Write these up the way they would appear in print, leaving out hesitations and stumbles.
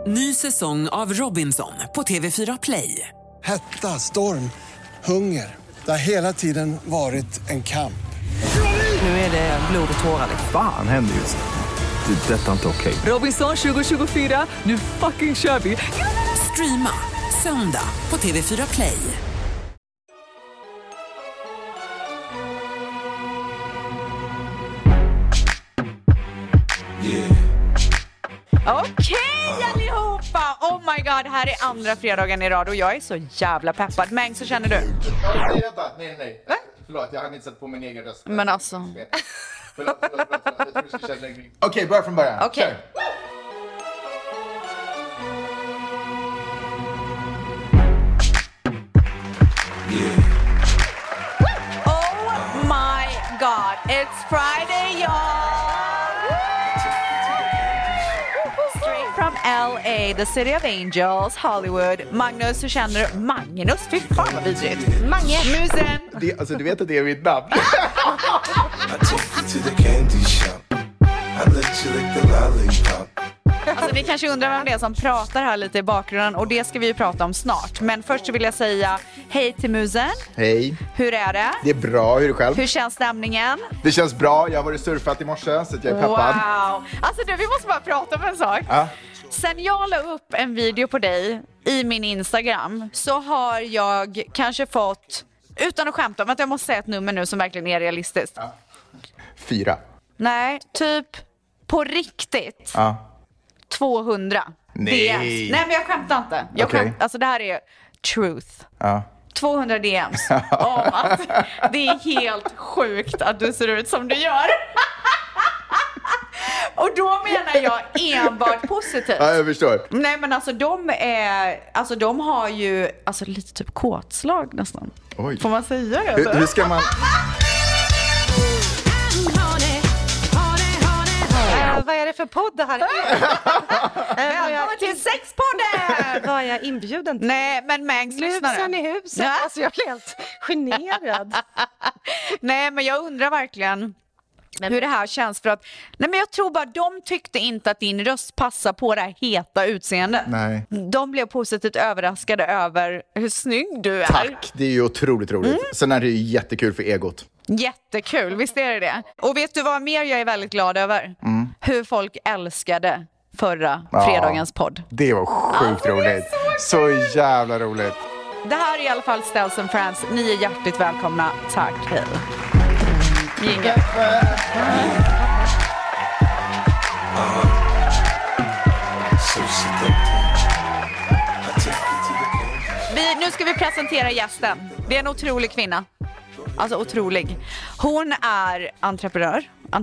Ny säsong av Robinson på TV4 Play. Hetta, storm, hunger. Det har hela tiden varit en kamp. Nu är det blod och tårar. Fan händer just nu. Det. Detta är inte okej. Robinson 2024, nu fucking kör vi. Streama söndag på TV4 Play. Okej allihopa! Oh my god, här är andra fredagen i rad och jag är så jävla peppad. Men så känner du? Nej. Va? Förlåt, jag hann inte sätta på min egen röst. Men alltså... Förlåt. Jag tror du ska känna en... Okej, börja från början. Okej. Oh my god, it's Friday y'all! Straight from LA, the city of angels, Hollywood. Magnus, hur känner du? Magnus, fy fan vad vidrigt. Mange, musen. Alltså du vet att det är mitt namn. Alltså ni kanske undrar vem det är som pratar här lite i bakgrunden och det ska vi ju prata om snart. Men först så vill jag säga hej till musen. Hej. Hur är det? Det är bra, hur är det själv? Hur känns stämningen? Det känns bra, jag har varit surfat i morse så att jag är peppad. Wow! Alltså du, vi måste bara prata om en sak. Ja. Sen jag la upp en video på dig i min Instagram så har jag kanske fått, utan att skämta om att jag måste säga ett nummer nu som verkligen är realistiskt. Ja. 4. Nej, typ på riktigt. Ja. 200. Nej. DMs. Nej men jag skämtar inte. Okej. Alltså det här är truth. Ja. 200 DMs om att det är helt sjukt att du ser ut som du gör. Och då menar jag enbart positivt. Ja, jag förstår. Nej men alltså de har ju alltså lite typ kåtslag nästan. Oj. Får man säga det? Hur ska man... Vad är det för podd det här? Välkommen till sexpodden! Var jag inbjuden till? Nej men Mangs lyssnare. Lusen i huset. Ja. Alltså jag blir helt generad. Nej men jag undrar verkligen hur det här känns för att nej men jag tror bara de tyckte inte att din röst passar på det här heta utseendet. Nej. De blev positivt överraskade över hur snygg du är. Tack, det är ju otroligt roligt. Sen är det ju jättekul för egot. Jättekul, visst är det? Och vet du vad mer jag är väldigt glad över? Hur folk älskade förra fredagens podd. Det var sjukt roligt. Så jävla roligt. Det här är i alla fall Stels and Friends. Ni är hjärtligt välkomna. Tack, hej. Jingle. Nu ska vi presentera gästen. Det är en otrolig kvinna. Alltså otrolig. Hon är entreprenör.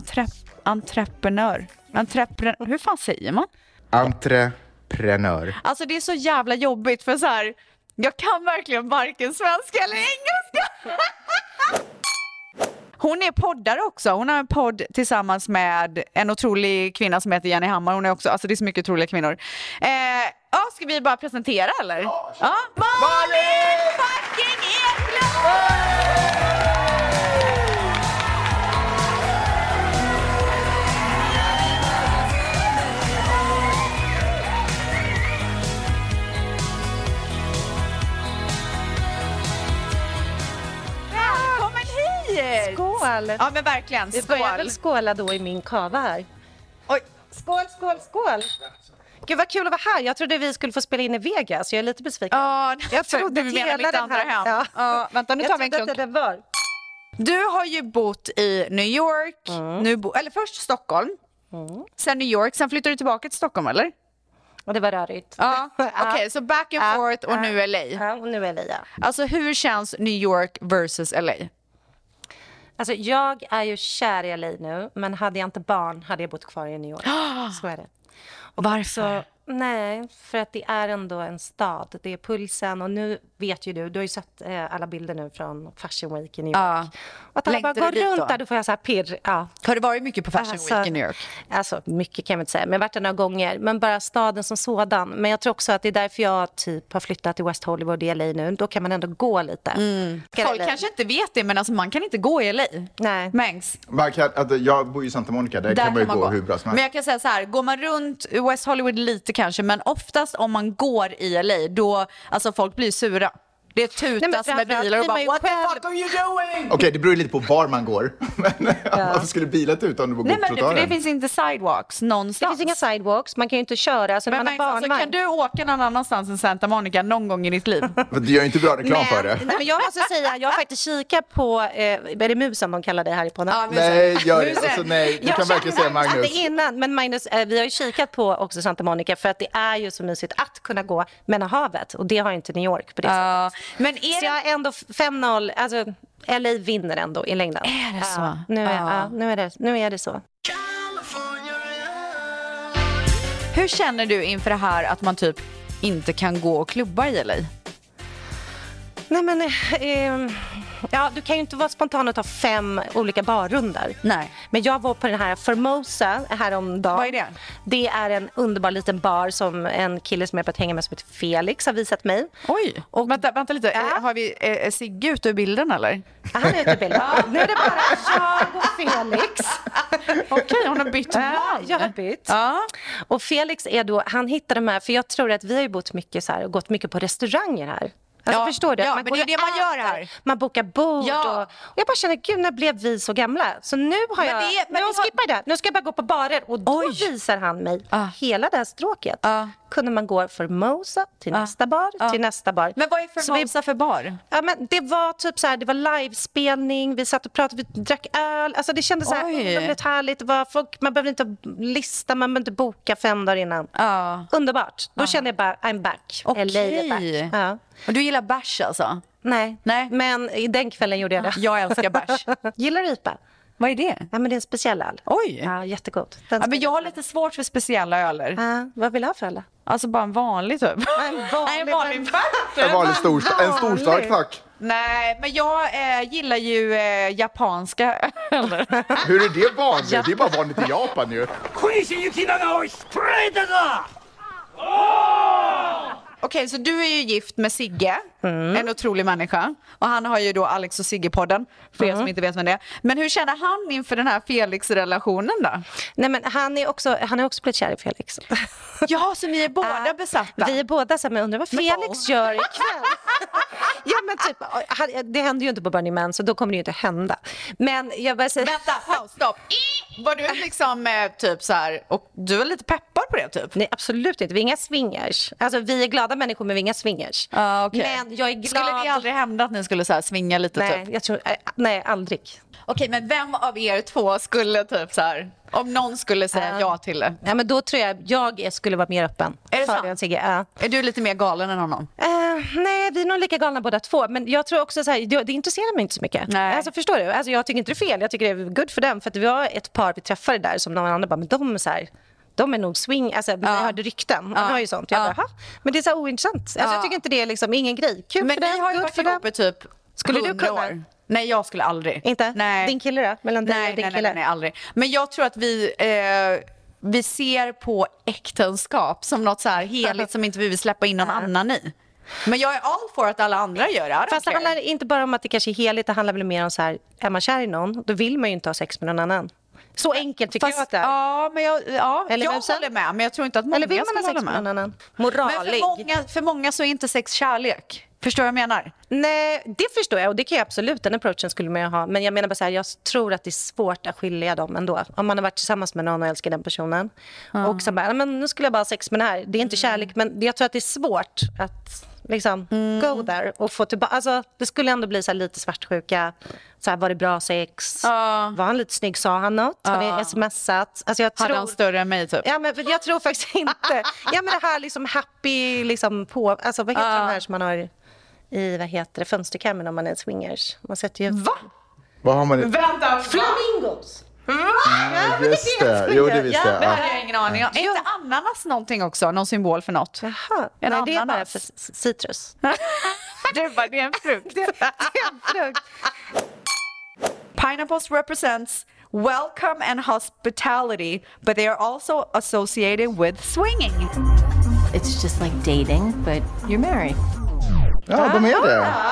Hur fan säger man? Entreprenör. Alltså det är så jävla jobbigt för så här. Jag kan verkligen varken svenska eller engelska. Hon är poddare också. Hon har en podd tillsammans med en otrolig kvinna som heter Jenny Hammar. Hon är också, alltså det är så mycket otroliga kvinnor. Ja, ska vi bara presentera eller? Ja, Malin fucking Eklund! Skål! Ja men verkligen, Vi börjar skål. väl skåla då i min kava här. Oj. Skål! Gud vad kul att vara här. Jag trodde vi skulle få spela in i Vegas. Jag är lite besviken. Jag trodde att du menar hela mitt den andra här- hem. Ja. Vänta, nu tar vi en klunk. det var. Du har ju bott i New York, eller först Stockholm, sen New York, sen flyttade du tillbaka till Stockholm eller? Och det var rörigt. Ja, okej, så back and forth och nu LA. Ja, och nu är LA, ja. Alltså hur känns New York versus LA? Alltså jag är ju kär i LA nu, men hade jag inte barn hade jag bott kvar i New York. Så är det. Och varför? Nej, för att det är ändå en stad. Det är pulsen och nu vet ju du har ju sett alla bilder nu från Fashion Week i New York. Ja. Och att alla bara Längtar går du dit runt då? där, då får jag så här pirr. Ja. Har det varit mycket på Fashion Week i New York? Alltså mycket kan jag inte säga, men jag har varit där några gånger. Men bara staden som sådan. Men jag tror också att det är därför jag typ har flyttat till West Hollywood i LA nu. Då kan man ändå gå lite. Folk kanske inte vet det, men alltså man kan inte gå i LA. Nej. Mangs. Jag bor ju i Santa Monica, där kan man ju gå hur bra som helst. Men jag kan säga så här, går man runt West Hollywood lite inte kanske, men oftast om man går i LA, då, alltså folk blir sura. Det tutas med bilar och bara, what the fuck are you doing? Okej, det beror lite på var man går. Men varför skulle bilar tuta om du går på trottoaren? Nej, men det finns inte sidewalks någonstans. Det finns inga sidewalks, man kan ju inte köra. Alltså, men alltså, kan du åka någon annanstans än Santa Monica någon gång i ditt liv? Du gör ju inte bra reklam för det. Nej, men jag måste säga, jag har faktiskt kikat på, är det musen de kallar det här i podden? Ja, nej, gör det. Alltså, nej, du kan verkligen säga Magnus. Innan, men Magnus, vi har ju kikat på också Santa Monica för att det är ju så mysigt att kunna gå med havet. Och det har inte New York på det sättet. Men är så jag ändå 5-0, alltså LA vinner ändå i längden. Är det så? Nu är det så. Hur känner du inför det här att man typ inte kan gå och klubba i LA? Nej men, du kan ju inte vara spontan och ta 5 olika barrundar. Nej. Men jag var på den här Formosa häromdagen. Vad är det? Det är en underbar liten bar som en kille som jag börjat hänga med som heter Felix har visat mig. Oj, och vänta lite. Har vi Sigge ute ur bilden eller? Han är ute ur bilden. Nu är det bara jag och Felix. Okej, hon har bytt man. Jag har bytt. Och Felix är då, han hittar de här, för jag tror att vi har ju bott mycket så här och gått mycket på restauranger här. Alltså, förstår du? Ja, men det är det man gör här. Man bokar bord och jag bara känner, gud, när blev vi så gamla? Så nu har nu ska jag bara gå på barer och då visar han mig hela det här stråket. Kunde man gå Formosa till nästa bar, till nästa bar. Men vad är Formosa för bar? Ja, men det var typ så här, det var livespelning, vi satt och pratade, vi drack öl. Alltså det kändes så här underbart härligt. Det var folk, man behöver inte lista, man behöver inte boka 5 dagar innan. Underbart. Då kände jag bara, I'm back. Okej. Och du gillar bärs alltså? Nej, men i den kvällen gjorde jag det. Jag älskar bärs. Gillar IPA? Vad är det? Ja, men det är en speciell öl. Oj! Ja, jättegott. Men jag har lite svårt för speciella öler. Vad vill du ha för öl? Alltså bara en vanlig typ. En vanlig storstark tack. Nej, men jag gillar ju japanska öler. Hur är det vanligt? Det är bara vanligt i Japan ju. Okej, så du är ju gift med Sigge, en otrolig människa. Och han har ju då Alex och Sigge-podden, för er som inte vet vem det är. Men hur känner han inför den här Felix-relationen då? Nej, men han är också blivit kär i Felix. Ja, så ni är båda besatta? Vi är båda så här, men undrar vad Felix gör ikväll. Ja, men typ, det händer ju inte på Burning Man, så då kommer det ju inte hända. Men jag bara säger... Vänta, stopp. Var du liksom typ så här, och du är lite peppad på det typ? Nej, absolut inte. Vi är inga swingers. Alltså, vi är glada människor, men vi är inga swingers. Okay. Men jag är glad... Skulle det aldrig hända att ni skulle så här svinga lite typ? Nej, aldrig. Okej, men vem av er två skulle typ så här, om någon skulle säga ja till det? Ja, men då tror jag skulle vara mer öppen. Är det sant? Sigge, Är du lite mer galen än honom? Nej, vi är nog lika galna båda två. Men jag tror också så här, det intresserar mig inte så mycket. Nej. Alltså, förstår du? Alltså, jag tycker inte det är fel. Jag tycker det är good för dem. För att vi var ett par vi träffade där som någon annan bara, men de är så här... De är nog swing, alltså jag hörde rykten. Man har ju sånt. Jag bara, men det är så ointressant. Alltså, jag tycker inte det är liksom ingen grej. Kul men för ni har ju varit ihop i typ skulle du kunna? År. Nej, jag skulle aldrig. Inte? Nej. Din kille då? Mellan dig och din kille? Nej, aldrig. Men jag tror att vi ser på äktenskap som något så här heligt som inte vi vill släppa in någon annan i. Men jag är all for att alla andra gör det. Fast det handlar inte bara om att det kanske är heligt. Det handlar väl mer om så här, är man kär i någon, då vill man ju inte ha sex med någon annan. Så enkelt tycker jag att det är. Ja, men jag håller med. Men jag tror inte att många eller vill man ha sex med någon annan? Moralig. Men för många så är inte sex kärlek. Förstår jag menar? Nej, det förstår jag. Och det kan jag absolut. Den approachen skulle man ju ha. Men jag menar bara så här, jag tror att det är svårt att skilja dem ändå. Om man har varit tillsammans med någon och älskar den personen. Och så bara, men nu skulle jag bara ha sex med den här. Det är inte kärlek, men jag tror att det är svårt att liksom go there och få tillbaka. Alltså, det skulle ändå bli så här lite svartsjuka. Så här, var det bra sex? Var han lite snygg? Sa han något? Har vi smsat? Alltså, hade han större än mig typ? Ja, men jag tror faktiskt inte. Ja, men det här liksom happy liksom på. Alltså, vad heter de här som man har i, vad heter det, fönsterkammen om man är swingers? Man sätter ju... Va? Vad har man i? Vänta! Flamingos! Ja, just det. Jo, det visste jag. Det hade jag ingen aning om. Är inte ananas någonting också? Någon symbol för något? Jaha. Nej, det är bara för citrus. Det är en frukt. Det är en frukt. Pineapples represents welcome and hospitality, but they are also associated with swinging. It's just like dating, but you're married. Ja, de är det.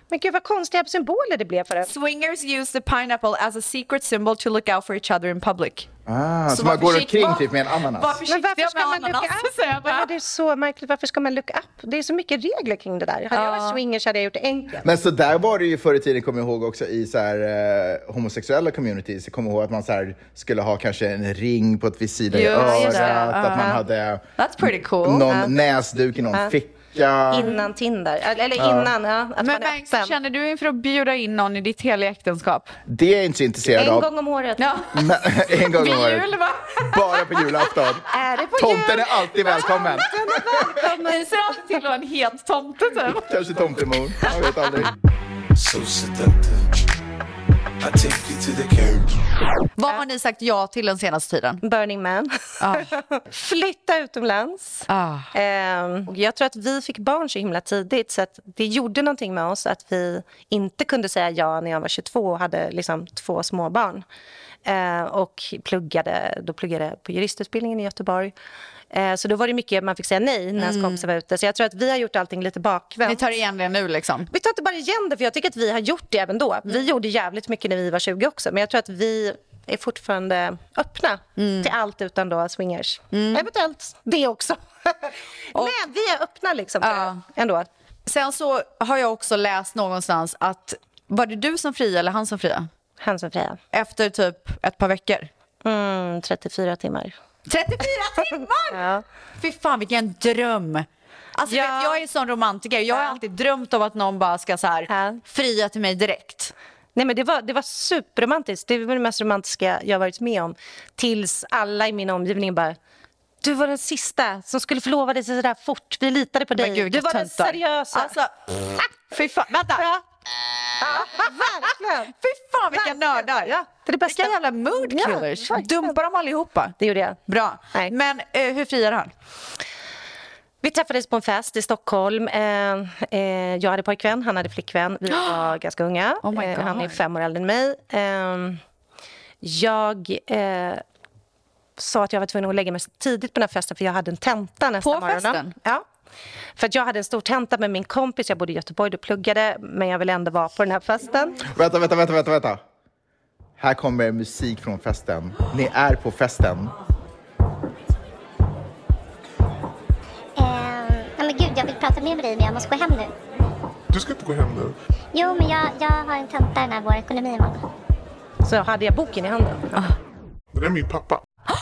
Men gud vad konstiga symboler det blev för det. Swingers use the pineapple as a secret symbol to look out for each other in public. Så man går omkring typ med en ananas. Men varför ska man look up? Det är så märkligt. Varför ska man look up? Det är så mycket regler kring det där. Hade jag varit swingers hade jag gjort det enkelt. Men så där var det ju förr i tiden, kommer jag ihåg också, i så här homosexuella communities. Jag kommer ihåg att man så här skulle ha kanske en ring på ett vid sidan i örat. Att man hade That's pretty cool. någon näsduk i någon ficka. Innan Tinder. Eller innan, att Men Banks, känner du inför att bjuda in någon i ditt heliga äktenskap? Det är jag inte så intresserad av. En gång om året. Ja. En gång om året. Jul, va? Bara på julafton. Är det på Tomten är alltid välkommen. Ni ser alltid till att vara en het tomte typ. Kanske tomtemor. Jag vet aldrig. So seductive. I take you to the curb. Vad har ni sagt ja till den senaste tiden? Burning Man. Flytta utomlands. Och jag tror att vi fick barn så himla tidigt så att det gjorde någonting med oss att vi inte kunde säga ja när jag var 22 och hade liksom 2 småbarn. Och pluggade på juristutbildningen i Göteborg. Så då var det mycket man fick säga nej när ens kompisar var ute. Så jag tror att vi har gjort allting lite bakvänt. Ni tar igen det nu liksom? Vi tar inte bara igen det, för jag tycker att vi har gjort det även då. Vi gjorde jävligt mycket när vi var 20 också. Men jag tror att vi är fortfarande öppna till allt utan då swingers. Eventuellt det också. Men vi är öppna liksom ändå. Sen så har jag också läst någonstans att var det du som fria eller han som fria? Han som fria. Efter typ ett par veckor? 34 timmar. 34 timmar? Ja. Fy fan vilken dröm. Alltså vet, jag är en sån romantiker. Jag har alltid drömt om att någon bara ska så här fria till mig direkt. Nej, men det var superromantiskt. Det var det mest romantiska jag varit med om. Tills alla i min omgivning bara, du var den sista som skulle förlova dig så där fort. Vi litade på dig. Gud, du var den seriösa. Alltså, fy fan, vänta. Verkligen. Fy fan vilka nördar. Ja, det är det bästa. Vilka jävla mood killers. Dumpar dem allihopa. Det gjorde jag. Bra. Nej. Men hur friade han? Vi träffades på en fest i Stockholm. Jag hade pojkvän, han hade flickvän. Vi var ganska unga. Oh my God. Han är 5 år äldre än mig. Jag sa att jag var tvungen att lägga mig tidigt på den här festen för jag hade en tenta nästa morgon. På festen? Ja. För att jag hade en stor tenta med min kompis. Jag bodde i Göteborg och pluggade. Men jag ville ändå vara på den här festen. Vänta. Här kommer musik från festen. Ni är på festen. Men gud, jag vill prata mer med dig men jag måste gå hem nu. Du ska inte gå hem nu? Jo, men jag har en tenta när vår ekonomi imorgon. Så hade jag boken i handen. Det är min pappa.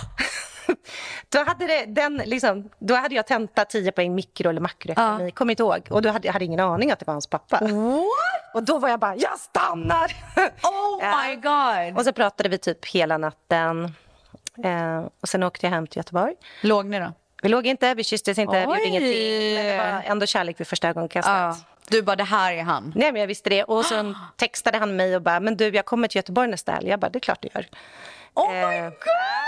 Då hade jag tentat 10 poäng mikro eller makroekonomi. Kommer inte ihåg. Och då hade ingen aning att det var hans pappa. What? Och då var jag bara, jag stannar! Oh my God! Och så pratade vi typ hela natten. Och sen åkte jag hem till Göteborg. Låg ni då? Vi låg inte, vi kysstes inte, vi gjorde ingenting. Men det var ändå kärlek vid första ögonkastet. Du bara, det här är han. Nej, men jag visste det. Och så textade han mig och bara, men du, jag kommer till Göteborg nästa helg. Jag bara, det är klart du gör. Oh my God!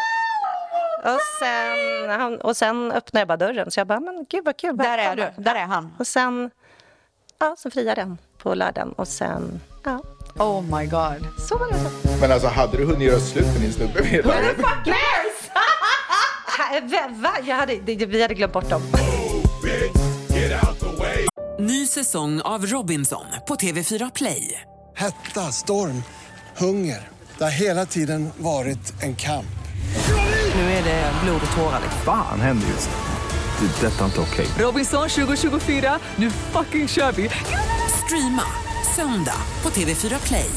Och sen öppnade jag bara dörren. Så jag bara, men gud vad kul. Där är du, där är han. Och sen, så friade den på lördagen. Och sen, Oh my God. Så var det så. Men alltså, hade du hunnit göra slut med din snubbe? Who the fuck cares? Vi hade glömt bort dem. Ny säsong av Robinson på TV4 Play. Hetta, storm, hunger. Det har hela tiden varit en kamp. Nu är det blod och tårar. Fan händer just det. Detta är inte okej. Robinson 2024, nu fucking kör vi. Streama söndag på TV4 Play.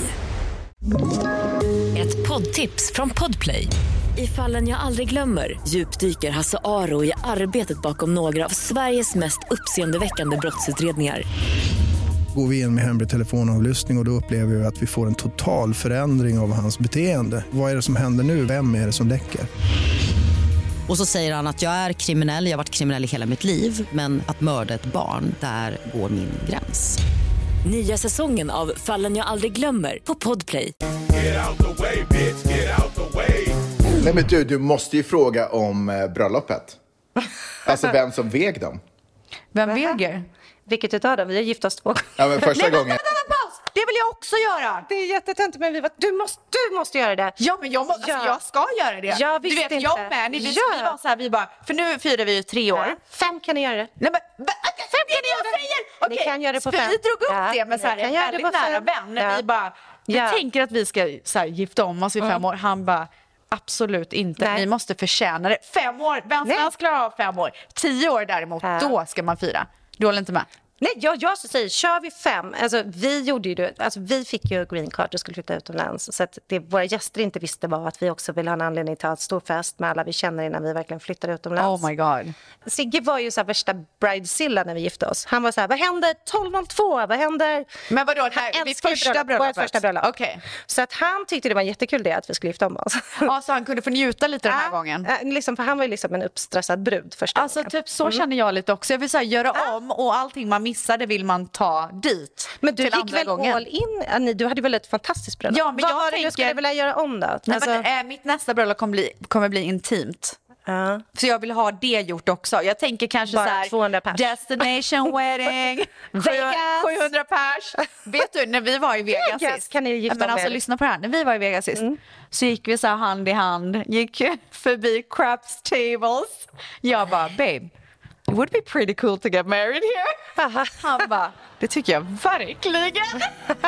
Ett poddtips från Podplay. I Fallen jag aldrig glömmer djupdyker Hasse Aro i arbetet bakom några av Sveriges mest uppseendeväckande brottsutredningar. Går vi in med hemlig telefonavlyssning och då upplever vi att vi får en total förändring av hans beteende. Vad är det som händer nu? Vem är det som läcker? Och så säger han att jag är kriminell, jag har varit kriminell i hela mitt liv. Men att mörda ett barn, där går min gräns. Nya säsongen av Fallen jag aldrig glömmer på Podplay. Nej men du måste ju fråga om bröllopet. Alltså vem som väg dem. Vem väger? Vilket utav dem? Vi har gift oss 2 gånger. Ja, men första gången. Paus! Det vill jag också göra. Det är jättetöntigt, men du måste göra det. Ja, men jag ska göra det. Jag visste du vet, inte. Jag med. Vi var så här, vi bara, för nu firar vi ju 3 år. 5 kan ni göra det. Nej, men 5 kan ni göra säger, ni kan göra det på 5. Vi drog upp det med så här en väldigt nära vän. Ja. Vi bara, jag tänker att vi ska så här, gifta om oss vid 5 år. Han bara, absolut inte. Nej. Ni måste förtjäna det. 5 år, vem ska ha 5 år? 10 år däremot, då ska man fira. Du håller inte med? Nej, jag säger, kör vi 5. Alltså, vi fick ju green card och skulle flytta utomlands. Så att det våra gäster inte visste var att vi också ville ha en anledning till att ha ett stor fest med alla vi känner innan vi verkligen flyttade utomlands. Oh my god. Sigge var ju så här värsta bridezilla när vi gifte oss. Han var så här, vad händer 12:02? Vad händer? Men vadå, vid första bröllopet? Vårt första bröllop. Okay. Så att han tyckte det var jättekul det att vi skulle gifta om oss. Ja, så han kunde få njuta lite den här gången. Liksom, för han var ju liksom en uppstressad brud första gången. Typ så känner jag lite också. Jag vill säga göra om och allting man missade vill man ta dit. Men du gick väl all in? Du hade väl ett fantastiskt bröllop? Ja, men vad du skulle vilja göra om då? Mitt nästa bröllop kommer bli intimt. Så jag vill ha det gjort också. Jag tänker kanske bara så här 200 pers. Destination wedding 700 pers. Vet du, när vi var i Vegas sist, kan ni gifta men alltså lyssna på det här. När vi var i Vegas sist så gick vi så här hand i hand, gick förbi craps tables. Jag bara, babe, it would be pretty cool to get married here. Han bara, det tycker jag verkligen.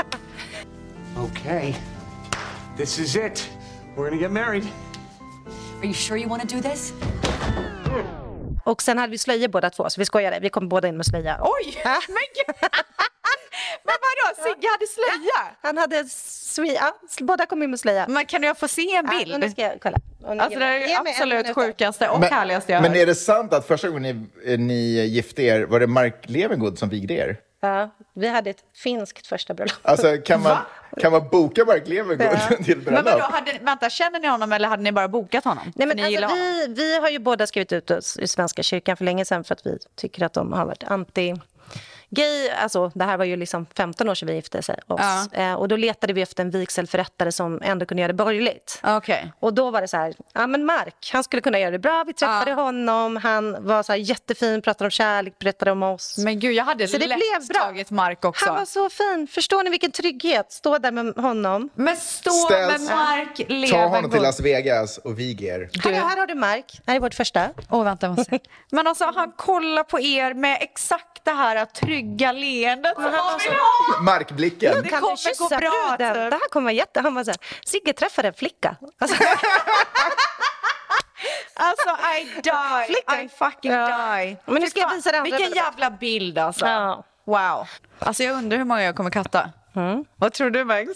Okay, this is it. We're gonna get married. Are you sure you want to do this? Och sen hade vi slöjor båda två, så vi skojade. Vi kom båda in med slöja. Oj, men gud. Men vadå, Sigge hade slöja? Han hade båda kom in med slöja. Men kan jag få se en bild? Nu ska jag kolla. Alltså det är absolut sjukaste och härligaste jag hört. Men är det sant att första gången ni gifte er, var det Mark Levengood som vigde er? Ja, vi hade ett finskt första bröllop. Alltså kan man boka Mark Levengood till bröllop? Men vadå, känner ni honom eller hade ni bara bokat honom? Nej, men alltså, vi har ju båda skrivit ut oss i Svenska kyrkan för länge sedan för att vi tycker att de har varit anti-gay. Alltså det här var ju liksom 15 år sedan vi gifte oss. Och då letade vi efter en vigselförrättare som ändå kunde göra det borgerligt. Okay. Och då var det så här, ja men Mark, han skulle kunna göra det bra. Vi träffade honom, han var så här jättefin, pratade om kärlek, berättade om oss. Men gud, jag hade lätt tagit Mark också. Han var så fin. Förstår ni vilken trygghet? Stå där med honom. Men med Mark Levengood. Ta honom till Las Vegas och vig er. Här har du Mark. Här är vårt första. Vänta. Men alltså, han kollar på er med exakt det här trygga leendet. Markblicken. Det kommer gå bra. Det här kommer vara han var så här, Sigge träffade en flicka. Alltså, I die. I fucking die. Men nu ska jag visa det andra. Vilken jävla bild alltså. Ja. Wow. Alltså jag undrar hur många jag kommer katta. Vad tror du, Max?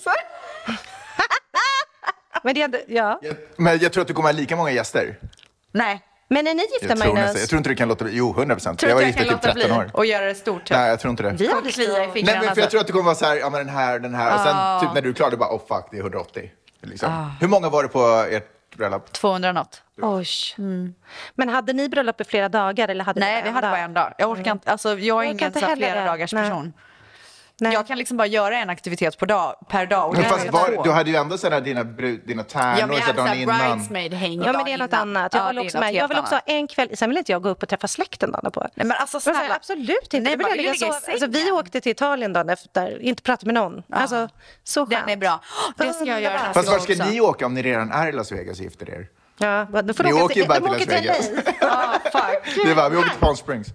Men det är Men jag tror att du kommer ha lika många gäster. Nej. Men är ni gifta, Magnus? Jag tror inte du kan låta bli. Jo, 100%. Jag var gift i typ 13 år. Och göra det stort. Typ. Nej, jag tror inte det. Vi hade klia i fingrarna. Nej, men för jag tror att det kommer vara så här, ja men den här. Och sen typ när du är klar, du bara, fuck, det är 180. Liksom. Hur många var det på ert bröllop? 200 något. Oj. Men hade ni bröllop i flera dagar? Eller hade Nej, vi hade bara en dag. Jag orkar inte, alltså jag är ingen flera dagars person. Nej. Jag kan liksom bara göra en aktivitet per dag. Och du hade ju ändå sådana dina tärnor så dagen innan. Ja, men det är något annat. Jag vill också ha en kväll. Sen vill inte jag gå upp och träffa släkten dagen på. Nej, men alltså snälla. Absolut inte. Nej, vi åkte till Italien dagen efter. Inte prata med någon. Alltså, så skönt. Den är bra. Det ska jag göra. Fast var ska ni åka om ni redan är i Las Vegas och gifter er? Ja, då får ni åker ju bara till Las Vegas. Fuck. Det var, vi åker till Palm Springs.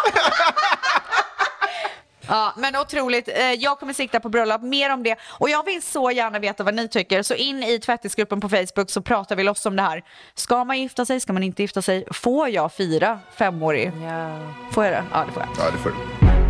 Ja, men otroligt. Jag kommer sikta på bröllop, mer om det. Och jag vill så gärna veta vad ni tycker. Så in i tvättisgruppen på Facebook så pratar vi loss om det här. Ska man gifta sig? Ska man inte gifta sig? Får jag fira 5-årig? Ja. Får jag det? Ja, det får jag. Ja, det får du.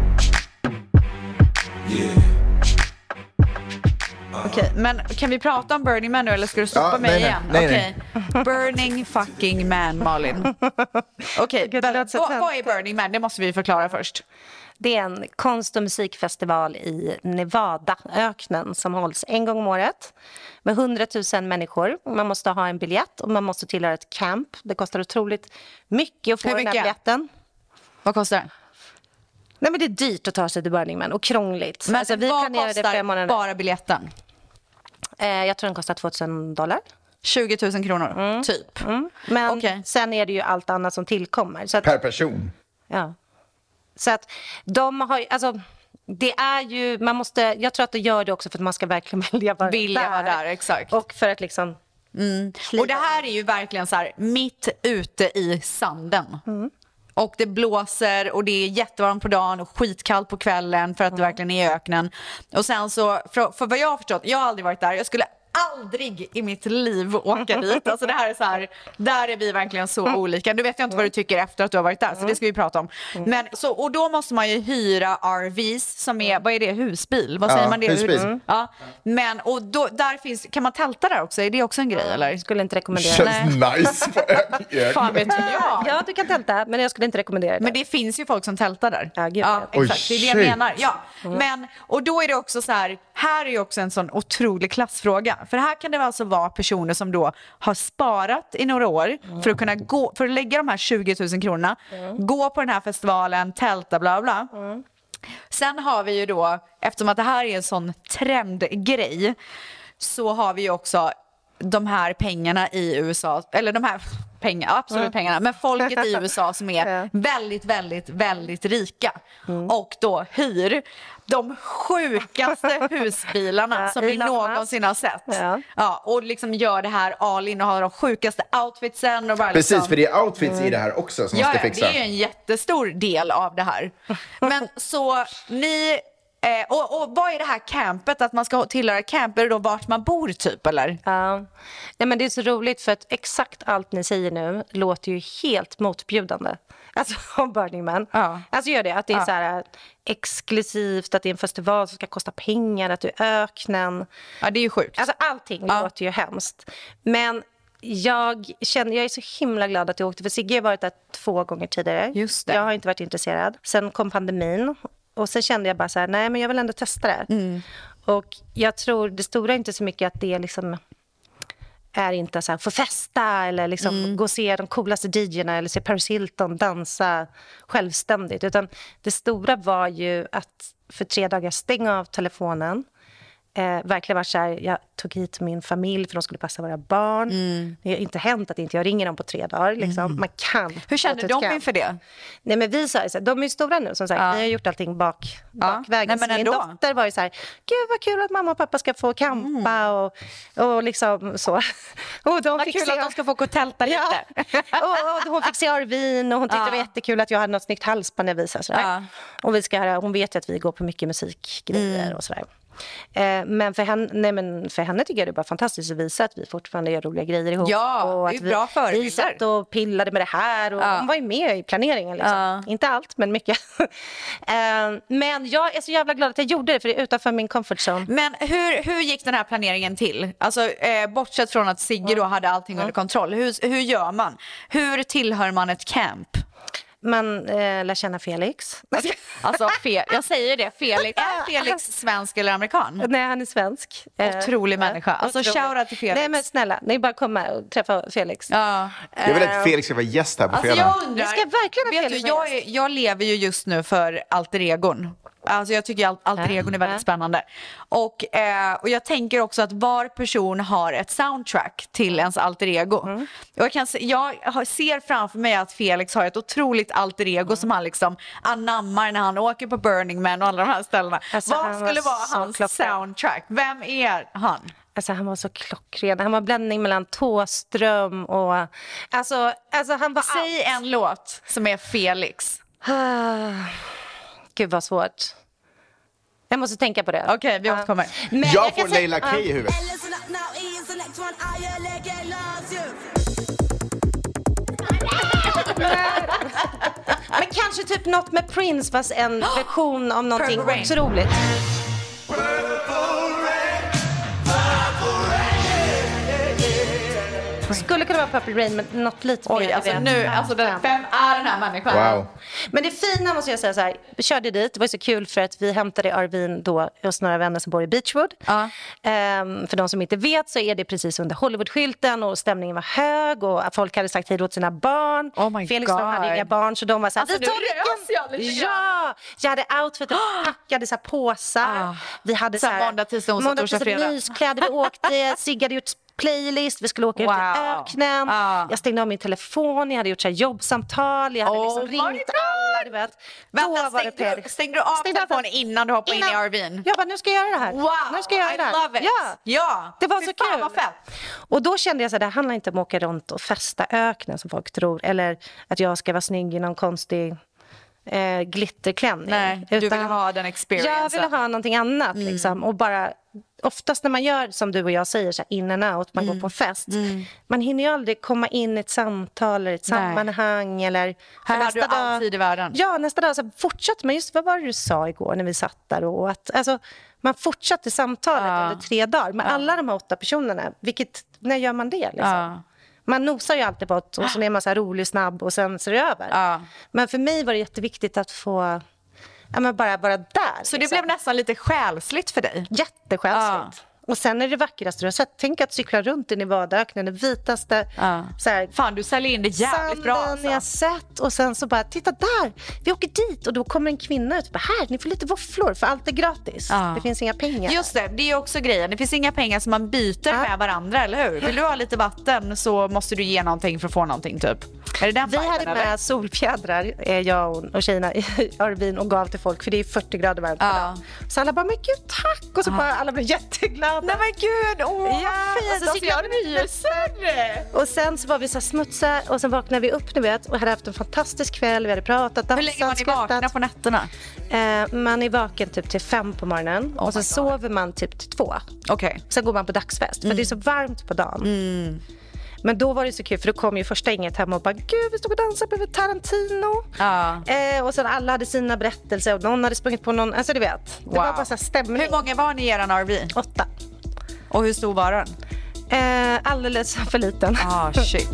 Okej, men kan vi prata om Burning Man nu eller ska du stoppa mig igen? Nej. Burning fucking Man, Malin. Okej, vad är Burning Man? Det måste vi förklara först. Det är en konst- och musikfestival i Nevadaöknen som hålls en gång om året med 100 000 människor. Man måste ha en biljett och man måste tillhöra ett camp. Det kostar otroligt mycket att få den här biljetten. Vad kostar det? Nej, men det är dyrt att ta sig till Burning Man och krångligt. Men alltså, vad kostar bara biljetten? Jag tror den kostar $2,000. 20 000 kronor, typ. Men sen är det ju allt annat som tillkommer. Så att, per person? Ja. Så att de har, alltså det är ju, man måste, jag tror att det gör det också för att man ska verkligen vilja vara där, exakt. Och för att liksom och det här är ju verkligen så här mitt ute i sanden. Och det blåser och det är jättevarmt på dagen och skitkallt på kvällen för att det verkligen är öknen. Och sen så, för vad jag har förstått, jag har aldrig varit där, jag skulle aldrig i mitt liv åka dit. Alltså det här är så här, där är vi verkligen så olika. Nu vet jag inte vad du tycker efter att du har varit där, så det ska vi prata om. Men så, och då måste man ju hyra RVs som är, vad är det, husbil? Vad säger man det? Husbil. Ja. Men och då, där finns, kan man tälta där också? Är det också en grej eller? Skulle inte rekommendera. Känns nice. Fan vet jag. Ja, du kan tälta, men jag skulle inte rekommendera det. Men det finns ju folk som tältar där. Ja, gud. Ja, exakt. Det är det jag menar. Ja. Mm. Men, och då är det också så här är ju också en sån otrolig klassfråga. För här kan det alltså vara personer som då har sparat i några år för att kunna gå, för att lägga de här 20 000 kronorna, gå på den här festivalen, tälta, bla bla. Sen har vi ju då, eftersom att det här är en sån trendgrej, så har vi ju också de här pengarna i USA, eller de här pengarna, men folket i USA som är väldigt, väldigt, väldigt rika och då hyr de sjukaste husbilarna som vi någonsin har sett. Ja, och liksom gör det här all in och har de sjukaste outfitsen. Och bara Precis, liksom, för det är outfits i det här också som man ska fixa. Det är en jättestor del av det här. Men så ni... Och vad är det här campet? Att man ska tillhöra camper då vart man bor typ, eller? Ja. Nej, men det är så roligt för att exakt allt ni säger nu låter ju helt motbjudande. Alltså om Burning Man. Ja. Alltså gör det, att det är så här exklusivt, att det är en festival som ska kosta pengar, att du är öknen. Ja, det är ju sjukt. Alltså allting låter ju hemskt. Men jag är så himla glad att jag åkte, för Sigge har varit där 2 gånger tidigare. Just det. Jag har inte varit intresserad. Sen kom pandemin. Och sen kände jag bara så här, nej men jag vill ändå testa det. Och jag tror det stora är inte så mycket att det liksom är inte så här få festa eller liksom gå och se de coolaste DJ:arna eller se Paris Hilton dansa självständigt. Utan det stora var ju att för 3 dagar stänga av telefonen. Verkligen var så här, jag tog hit min familj för de skulle passa våra barn. Det har inte hänt att inte jag ringer dem på 3 dagar. Liksom. Man kan. Hur kände de inför det? Nej, men vi sa så här, de är ju stora nu som sagt. Vi har gjort allting bakvägen. Nej, men min dotter var ju så här, gud vad kul att mamma och pappa ska få campa och liksom så. Och de vad kul att de ska få gå och tälta lite. och hon fick se Arvin och hon tyckte det var jättekul att jag hade något snyggt halsband jag visade. Sådär. Och hon vet ju att vi går på mycket musikgrejer och sådär. Men för henne tycker jag det är bara fantastiskt att visa att vi fortfarande gör roliga grejer ihop. Ja, och det är bra förebilder. Vi satt och pillade med det här och hon var ju med i planeringen liksom. Inte allt, men mycket. Men jag är så jävla glad att jag gjorde det, för det är utanför min comfort zone. Men hur gick den här planeringen till? Alltså bortsett från att Sigge då hade allting under kontroll. Hur gör man? Hur tillhör man ett camp? Man lär känna Felix. Alltså, jag säger det, Felix. Är Felix svensk eller amerikan? Nej, han är svensk. Otrolig människa. Alltså, shoutout till Felix. Nej, men snälla, ni bara komma och träffa Felix. Jag vill att Felix ska vara gäst här på fredag. Jag undrar, vi ska verkligen ha Felix. Jag lever ju just nu för alter egon. Alltså jag tycker alter egon är väldigt spännande. Och jag tänker också att var person har ett soundtrack till ens alter ego. Och jag ser framför mig att Felix har ett otroligt alter ego som han liksom anammar när han åker på Burning Man och alla de här ställena. Alltså, vad skulle vara hans soundtrack? Vem är han? Alltså han var så klockren. Han var blandning mellan Thåström och... Alltså han var Säg en låt som är Felix. Gud vad svårt. Jag måste tänka på det. Okej, vi återkommer. Jag får Leila K i huvudet. Men kanske typ något med Prince, fast en version av någonting otroligt. Skulle kunna vara Purple Rain, men något lite mer. Vem är den här människan? Wow. Men det fina måste jag säga så här, vi körde dit, det var så kul för att vi hämtade Arvin då hos några vänner som bor i Beachwood. För de som inte vet så är det precis under Hollywood-skylten och stämningen var hög och folk hade sagt hej åt sina barn. Felix hade inga barn, så de var så här, jag hade outfit, packade så här påsar. Vi hade så här måndag, tisdag, onsdag, torsdag, fredag. Myskläder, vi åkte, Sigge hade gjort playlist, vi skulle åka ut i öknen. Jag stängde av min telefon, jag hade gjort så här jobbsamtal, jag hade liksom ringt alla, du vet. Vänta, stängde du av telefonen innan du hoppade in i RV:n? Jag bara, nu ska jag göra det här. Wow, nu ska jag göra det här. I love it. Ja, det var så kul. Vad fett. Och då kände jag så här, det handlar inte om att åka runt och festa öknen som folk tror, eller att jag ska vara snygg i någon konstig glitterklänning. Nej, du vill ha den experience. Jag vill ha någonting annat liksom. Och bara, oftast när man gör som du och jag säger så här, in and out, man går på en fest, man hinner ju aldrig komma in i ett samtal eller ett sammanhang eller här har du all tid i världen. Ja, nästa dag så fortsätter man, just vad var det du sa igår när vi satt där, och att alltså, man fortsatte samtalet under 3 dagar med alla de här 8 personerna, när gör man det liksom? Man nosar ju alltid på och så är man så här rolig, snabb och sen så är det över. Men för mig var det jätteviktigt att få bara vara där. Så det blev nästan lite själsligt för dig? Jättesjälsligt. Och sen är det vackraste du har sett. Tänk att cykla runt i Nevadaöknen, det vitaste. Så här, fan, du säljer in det jävligt bra. Alltså. Jag sett. Och sen så bara, titta där, vi åker dit. Och då kommer en kvinna ut och bara, här, ni får lite våfflor, för allt är gratis. Det finns inga pengar. Just det, det är också grejen. Det finns inga pengar som man byter med varandra, eller hur? Vill du ha lite vatten så måste du ge någonting för att få någonting, typ. Är det den vi hade med eller? Solfjädrar, jag och tjejerna i Arvin, och gav till folk, för det är 40 grader varmt per dag. Så alla bara, men gud, tack. Och så bara, alla blev jätteglada. Nej men gud, och så jag ryser. Och sen så var vi så smutsa, och sen vaknade vi upp, ni vet, och hade haft en fantastisk kväll. Vi hade pratat, dansat, hur länge var ni vakna på nätterna? Man är vaken typ till 5 på morgonen, och så sover man typ till 2. Okej. Sen går man på dagsfest, för det är så varmt på dagen. Men då var det så kul, för då kom ju första inget hem och bara, gud, vi stod och dansade över Tarantino. Och sen alla hade sina berättelser, och någon hade sprungit på någon, alltså du vet. Det var bara så här stämning. Hur många var ni i eran RV? 8. Och hur stor var den? Alldeles för liten. Shit.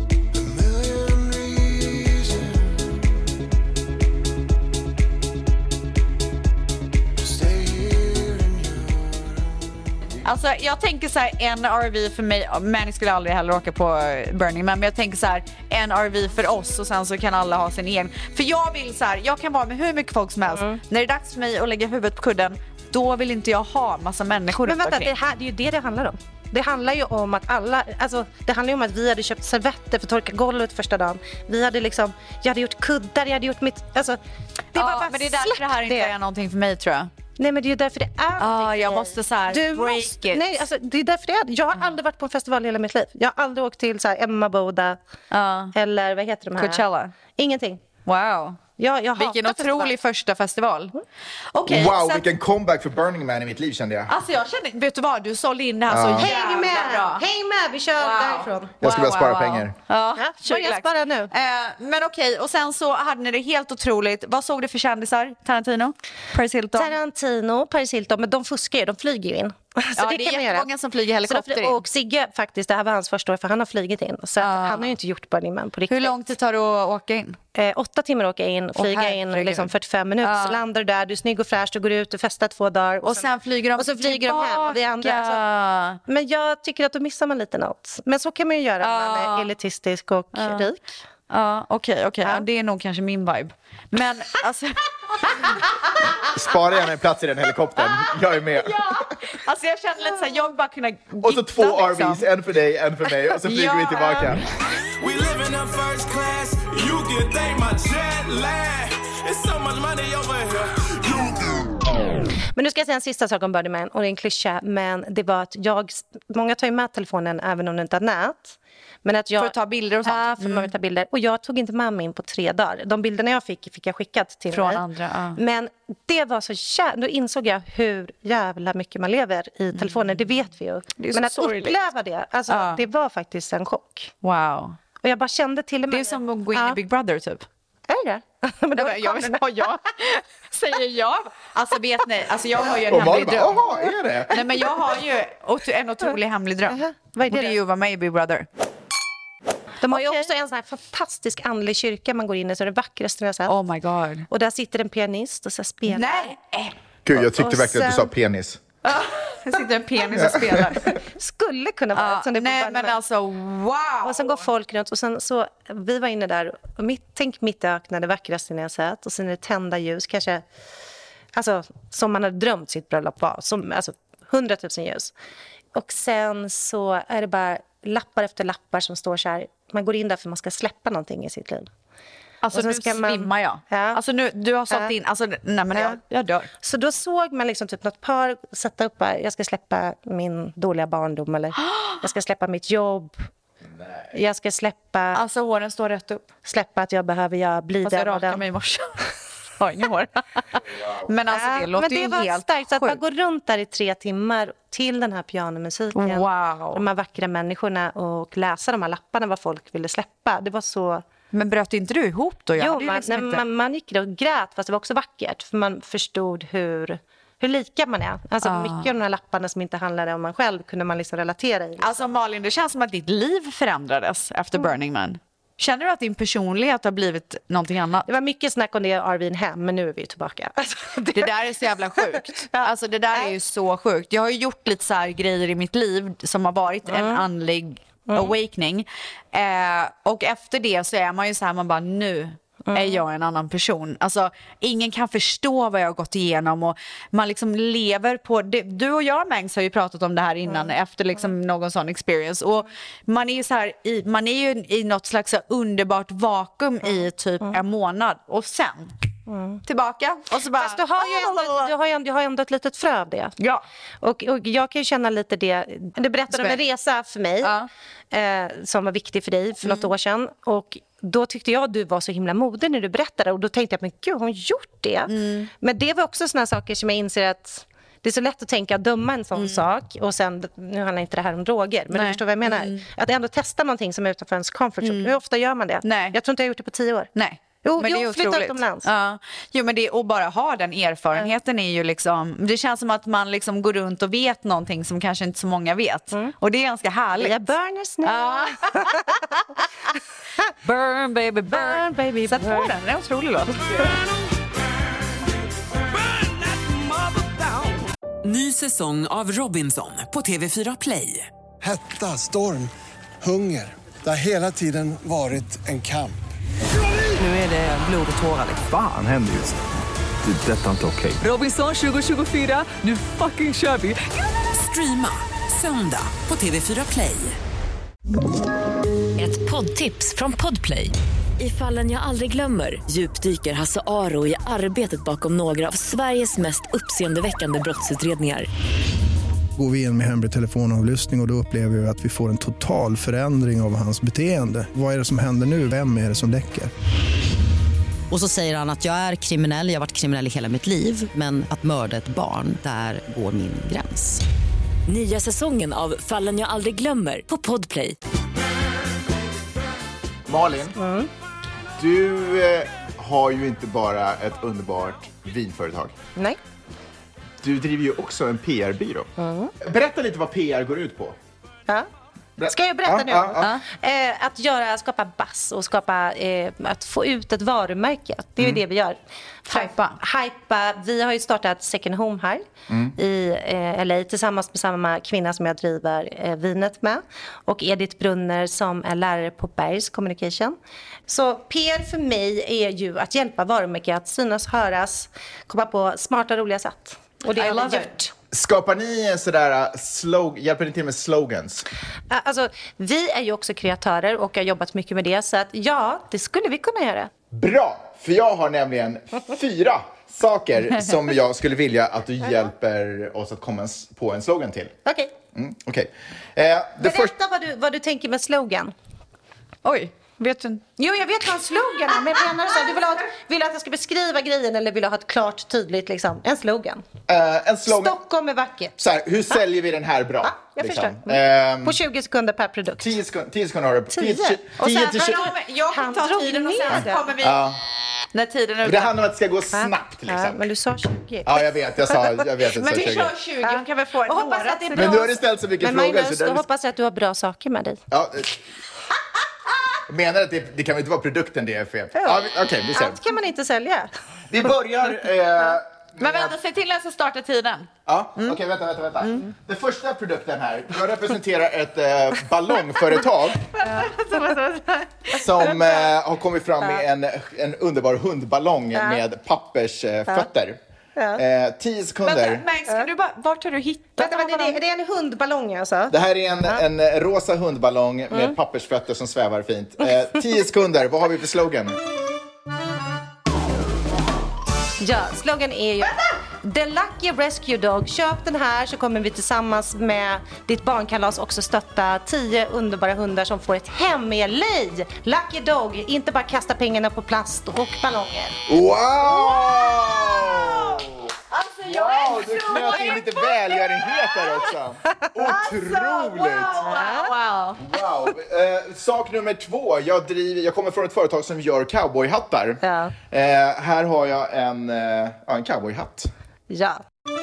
Alltså jag tänker så här, en RV för mig, men skulle aldrig heller åka på Burning Man, men jag tänker så här, en RV för oss, och sen så kan alla ha sin egen. För jag vill så här, jag kan vara med hur mycket folk som helst. När det är dags för mig att lägga huvudet på kudden, då vill inte jag ha massa människor. Men vänta, det är ju det handlar om. Det handlar ju om att det handlar ju om att vi hade köpt servetter för att torka golvet första dagen. Vi hade liksom, jag hade gjort kuddar, jag hade gjort mitt, alltså det var bara, men det är därför det här inte är någonting för mig, tror jag. Nej, men det är ju därför det är jag måste så här break it. Nej, alltså det är därför det är. Jag har aldrig varit på en festival i hela mitt liv. Jag har aldrig åkt till så här Emmaboda eller vad heter de här? Coachella. Ingenting. Wow. Jag vilken otrolig första festival. Okay, wow, så vilken comeback för Burning Man i mitt liv, kände jag. Alltså jag kände, vet du vad, du sålde in det här så jävla bra. Häng med, vi kör därifrån. Jag ska bara spara pengar. Jag sparar nu. Men okej, och sen så hade ni det helt otroligt. Vad såg du för kändisar? Tarantino? Paris Hilton, men de fuskar ju, de flyger ju in. Så det är jättemånga som flyger helikopter in. Och Sigge faktiskt, det här var hans första år, för han har flygit in. Så han har ju inte gjort Burning Man på riktigt. Hur lång tid tar det att åka in? 8 timmar att åka in, flyga in liksom 45 minuter. Så landar du där, du är snygg och fräsch, du går ut och festar 2 dagar. Och sen flyger de hem. Och vi andra, alltså. Men jag tycker att då missar man lite något. Men så kan man ju göra när man är elitistisk och rik. Okej. Det är nog kanske min vibe. Men alltså... Spara gärna en plats i den helikoptern. Jag är med. Alltså jag känner lite så här, jag bara kunna gitta, och så 2 liksom. RVs, en för dig, en för mig. Och så flyger vi tillbaka. We live in a first class. You can thank my jet lag. It's so much money over here. Men nu ska jag säga en sista sak om Burning Man, och det är en klyscha, men det var att många tar ju med telefonen även om det inte har nät. Men att för att ta bilder och sånt. Ja, för man vill ta bilder. Och jag tog inte med mig in på 3 dagar. De bilderna jag fick jag skickat till från mig. Andra. Men det var så då insåg jag hur jävla mycket man lever i telefonen. Det vet vi ju. Men att uppleva det, alltså, det var faktiskt en chock. Wow. Och jag bara kände till och med... Det är som att gå in i Big Brother typ. Är det? Men då jag vet inte vad jag säger jag. Alltså vet ni, alltså jag har ju en hemlig dröm. Jaha, är det? Nej, men jag har ju en otrolig hemlig dröm. Vad är det? Och det är ju att vara med i Big Brother. De har ju också en sån här fantastisk andlig kyrka man går in i, så det vackraste jag har sett. Oh my god. Och där sitter en pianist och så spelar. Nej. Gud, jag tyckte verkligen att du sa penis. Det sitter en penis och spelar. Skulle kunna vara som det. Nej, men alltså wow. Och sen går folk runt, och sen så vi var inne där, och tänk mitt i öknen, det vackraste ni har sett, och sen är det tända ljus, kanske alltså som man hade drömt sitt bröllop var, som alltså 100 000 ljus. Och sen så är det bara lappar efter lappar som står så här. Man går in där för man ska släppa någonting i sitt liv. Alltså nu svimmar jag. Ja. Alltså nu, du har satt in, alltså nej men jag dör. Så då såg man liksom typ något par sätta upp här, jag ska släppa min dåliga barndom eller jag ska släppa mitt jobb. Nej. Jag ska släppa... Alltså håren står rätt upp. Släppa att jag behöver bli den. Jag rakade mig i morse. Jag har ingen hår. Men alltså det låter men det ju var helt starkt. Så att sjukt. man går runt där i 3 timmar till den här pianomusiken. Wow. De här vackra människorna och läsa de här lapparna vad folk ville släppa. Det var så... Men bröt inte du ihop då? Jo, man gick och grät fast det var också vackert. För man förstod hur lika man är. Alltså mycket av de här lapparna som inte handlade om man själv kunde man liksom relatera i. Liksom. Alltså Malin, det känns som att ditt liv förändrades efter Burning Man. Känner du att din personlighet har blivit någonting annat? Det var mycket snack om det i Arvin hem, men nu är vi tillbaka. Alltså, det där är så jävla sjukt. Alltså det där är ju så sjukt. Jag har ju gjort lite så här grejer i mitt liv som har varit en andlig awakening. Och efter det så är man ju så här, man bara nu är jag en annan person. Alltså ingen kan förstå vad jag har gått igenom och man liksom lever på det. Du och jag, Mengs, har ju pratat om det här innan efter liksom någon sån experience och man är ju så här man är ju i något slags så underbart vakuum i typ en månad och sen tillbaka och så bara... Fast du har ju ändå ett litet frö av det. Ja. Och jag kan ju känna lite det. Du berättade om en resa för mig som var viktig för dig för något år sedan. Och då tyckte jag att du var så himla modig när du berättade. Och då tänkte jag, men gud, har hon gjort det? Men det var också såna saker som jag inser att det är så lätt att tänka att döma en sån sak. Och sen, nu handlar inte det här om droger. Men du förstår vad jag menar. Att ändå testa någonting som är utanför ens comfort zone. Hur ofta gör man det? Nej. Jag tror inte jag har gjort det på 10 år. Nej. Jo, men det är otroligt. Utomlands. Ja. Jo, men det att bara ha den erfarenheten är ju liksom, det känns som att man liksom går runt och vet någonting som kanske inte så många vet. Och det är ganska härligt. Jag burners nu. Burn baby, burn baby. Sätt på den, det är en otrolig låt. Ny säsong av Robinson på TV4 Play. Hetta, storm, hunger. Det har hela tiden varit en kamp. Nu är det blod och tårar. Fan händer just det. Detta är inte okej. Robinson 2024, nu fucking kör vi. Streama söndag på TV4 Play. Ett poddtips från Podplay. I Fallen jag aldrig glömmer djupdyker Hasse Aro i arbetet bakom några av Sveriges mest uppseendeväckande brottsutredningar. Går vi in med hemlig telefonavlyssning och då upplever vi att vi får en total förändring av hans beteende. Vad är det som händer nu? Vem är det som läcker? Och så säger han att jag är kriminell, jag har varit kriminell i hela mitt liv. Men att mörda ett barn, där går min gräns. Nya säsongen av Fallen jag aldrig glömmer på Podplay. Malin, du har ju inte bara ett underbart vinföretag. Nej. Du driver ju också en PR-byrå. Berätta lite vad PR går ut på. Ja. Ska jag berätta nu? Att skapa buzz och att få ut ett varumärke. Det är ju det vi gör. Hypa. Vi har ju startat Second Home här i LA tillsammans med samma kvinna som jag driver vinet med. Och Edith Brunner som är lärare på Bergs Communication. Så PR för mig är ju att hjälpa varumärket att synas, höras, komma på smarta, roliga sätt. Och det har vi gjort. Skapar ni en sådär hjälper ni till med slogans? Alltså, vi är ju också kreatörer och har jobbat mycket med det. Så att ja, det skulle vi kunna göra. Bra, för jag har nämligen 4 saker som jag skulle vilja att du hjälper oss att komma på en slogan till. Okej. Berätta vad du tänker med slogan. Oj. Vet du? Jo, jag vet vad en slogan är. Men jag menar så här, vill du att jag ska beskriva grejen eller vill du ha ett klart, tydligt liksom, en slogan? En slogan. Stockholm är vackert. Så här, hur säljer vi den här bra? Jag förstår. På 20 sekunder per produkt. 10 sekunder har du. 10 till 20. Jag kan ta tiden och sen kommer vi... När tiden är det handlar om att det ska gå snabbt liksom. Men du sa 20. Ja, jag vet att jag sa 20. Men vi kör 20, hon kan väl få några. Men nu har du ställt så mycket frågor. Men jag hoppas att du har bra saker med dig. Ja, jag menar att det kan väl inte vara produkten det är fel. Okej, vi ser. Allt kan man inte sälja. Vi börjar... Men vänta, se till att starta tiden. Ja, okej, vänta. Den första produkten här, jag representerar ett ballongföretag som har kommit fram med en underbar hundballong med pappersfötter. 10 sekunder. Men du bara, vart har du hittat? Det är en hundballong alltså. Det här är en rosa hundballong med pappersfötter som svävar fint. 10 sekunder, vad har vi för slogan? Ja, slogan är ju The Lucky Rescue Dog. Köp den här så kommer vi tillsammans med ditt barnkalas också stötta 10 underbara hundar som får ett hem i LA. Lucky Dog, inte bara kasta pengarna på plast och ballonger. Wow! Alltså, du knöt in lite välgörenhet där också. Otroligt! Wow. Sak nummer 2. Jag kommer från ett företag som gör cowboyhattar. Här har jag en cowboyhatt. Ja.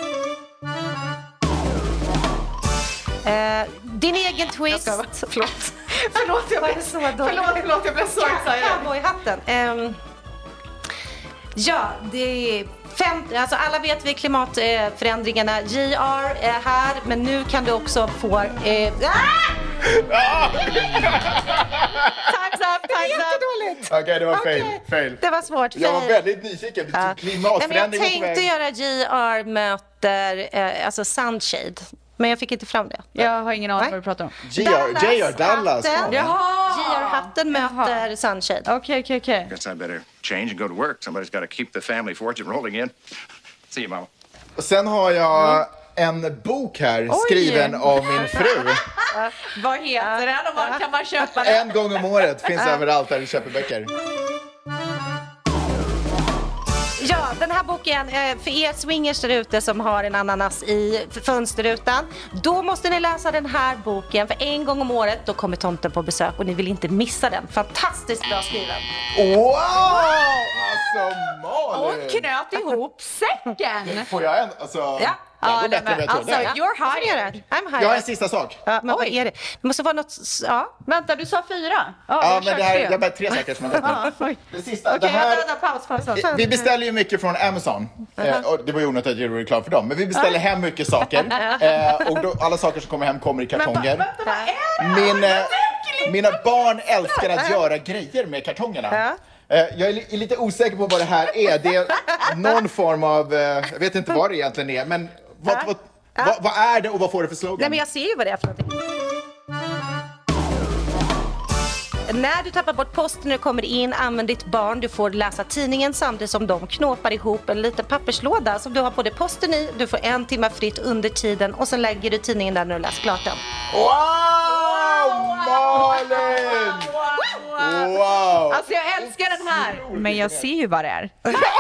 Din egen twist. Förlåt, jag blev så dålig. Förlåt, jag blev så excited. Cowboyhatten. Ja, det är alltså alla vet vi klimatförändringarna. JR är här, men nu kan du också få Time's up. Jättedåligt. Okej, det var fail. Det var svårt. Jag var väldigt nyfiken. Klimatförändring. Jag tänkte göra JR möter alltså Sunshade. Men jag fick inte fram det. Jag har ingen aning vad du pratar om. JR Dallas. JR-hatten möter Sunshade. Okej. Guess I better change and go to work. Somebody's got to keep the family fortune rolling in. See you, mama. Och sen har jag en bok här skriven av min fru. Vad heter den och var kan man köpa den? En gång om året, finns överallt där du köper böcker. Ja, den här boken, för er swingers där ute som har en ananas i fönsterrutan, då måste ni läsa den här boken, för en gång om året då kommer tomten på besök och ni vill inte missa den. Fantastiskt bra skriven. Wow! Alltså, Malin! Hon knöt ihop säcken. Får jag en? Alltså... Ja. Ja, det bättre än alltså, you're hired. I'm hired. Jag har en sista sak. Ja, men vad är det? Det måste vara något... Ja. Vänta, du sa 4. Ja, men det här jag bara 3 saker som jag vet. Det sista, det här... Paus. Vi beställer ju mycket från Amazon. Och det var ju onödigt att göra reklam för dem. Men vi beställer hem mycket saker. Och då, alla saker som kommer hem kommer i kartonger. Mina barn älskar att göra grejer med kartongerna. Jag är lite osäker på vad det här är. Det är någon form av... jag vet inte vad det egentligen är. Men vad är det och vad får det för slogan? Nej, men jag ser ju vad det är för någonting. När du tappar bort posten när du kommer in, använd ditt barn. Du får läsa tidningen samtidigt som de knåpar ihop en liten papperslåda som du har både posten i. Du får 1 timme fritt under tiden och sen lägger du tidningen där när du läser klart den. Wow, Malin! Wow! Alltså jag älskar den här. Men jag ser ju vad det är.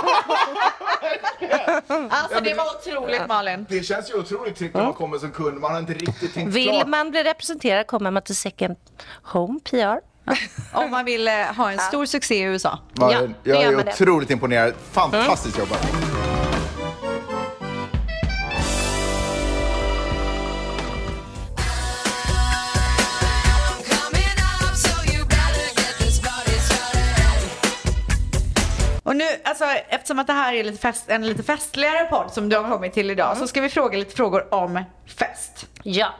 Alltså det var otroligt, Malin. Det känns ju otroligt tryggt när man kommer som kund. Man har inte riktigt tänkt Vill klart. man bli representerad kommer man till Second Home PR. Om man vill ha en stor succé i USA. Malin, jag är otroligt imponerad. Fantastiskt jobbat. Och nu, alltså, eftersom att det här är en lite festligare podd som du har kommit till idag, så ska vi fråga lite frågor om fest. Ja.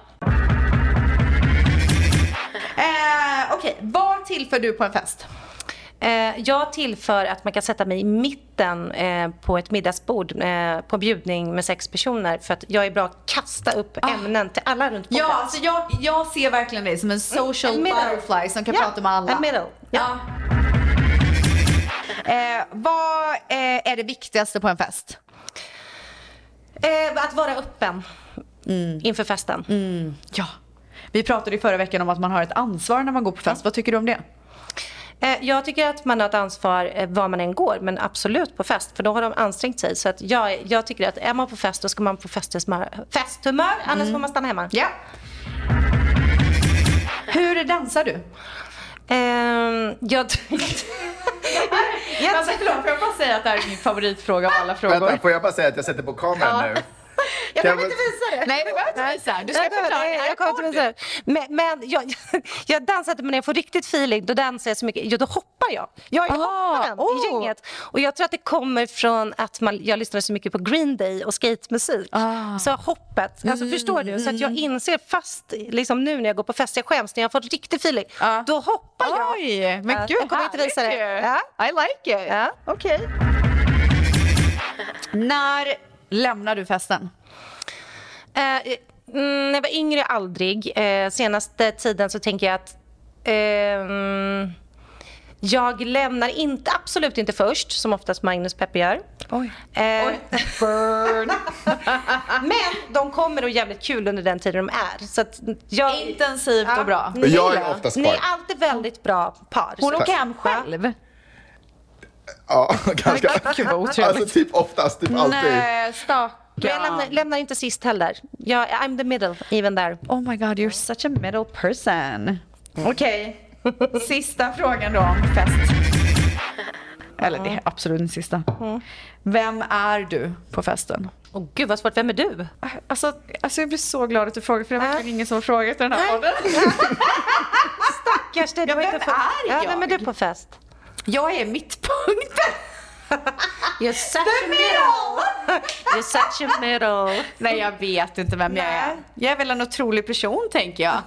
Okej, vad tillför du på en fest? Jag tillför att man kan sätta mig i mitten på ett middagsbord på bjudning med 6 personer, för att jag är bra att kasta upp ämnen till alla runt bordet. Ja, alltså jag ser verkligen dig som en social butterfly som kan prata med alla. En middle. Ja. Vad är det viktigaste på en fest? Att vara öppen inför festen. Ja. Vi pratade i förra veckan om att man har ett ansvar när man går på fest. Vad tycker du om det? Jag tycker att man har ett ansvar var man än går, men absolut på fest, för då har de ansträngt sig. Så att jag tycker att är man på fest, då ska man på festhumör, annars får man stanna hemma. Ja. Hur dansar du? Alltså, får jag bara säga att det här är min favoritfråga av alla frågor. Vänta, får jag bara säga att jag sätter på kameran nu? Jag behöver inte visa det. Nej, du behöver inte visa. Du ska förklara det här. Jag kommer inte visa det. Men jag dansar inte, men när jag får riktigt feeling, då dansar jag så mycket. Ja, då hoppar jag. Jag är hopparen i gänget. Och jag tror att det kommer från att jag lyssnar så mycket på Green Day och skatemusik. Så hoppet, alltså förstår du? Så att jag inser fast, liksom nu när jag går på fest, jag skäms när jag får riktigt feeling. Då hoppar jag. Oj, men gud, jag kommer inte visa det. I like it. Ja. Okej. När lämnar du festen? När jag var yngre, aldrig. Senaste tiden så tänker jag att jag lämnar absolut inte först, som oftast Magnus Peppe gör. Oj. Burn. Men de kommer och jävligt kul under den tiden de är. Så att intensivt och bra. Jag är oftast kvar. Ni är alltid väldigt bra par. Hon åker hem själv. Ja, ganska. Alltså typ oftast, typ alltid. Nej, jag lämnar inte sist heller. I'm the middle, even there. Oh my god, you're such a middle person. Okej. Sista frågan då om fest. Eller det är absolut den sista. Vem är du på festen? Gud vad svårt, vem är du? Alltså jag blir så glad att du frågar, för det är verkligen ingen som har frågat den här podden. Stackars dig. Vem är jag? Vem är du på fest? Jag är mittpunkten. You're such a middle. You're such a middle. Nej, jag vet inte vem jag är. Jag är väl en otrolig person, tänker jag.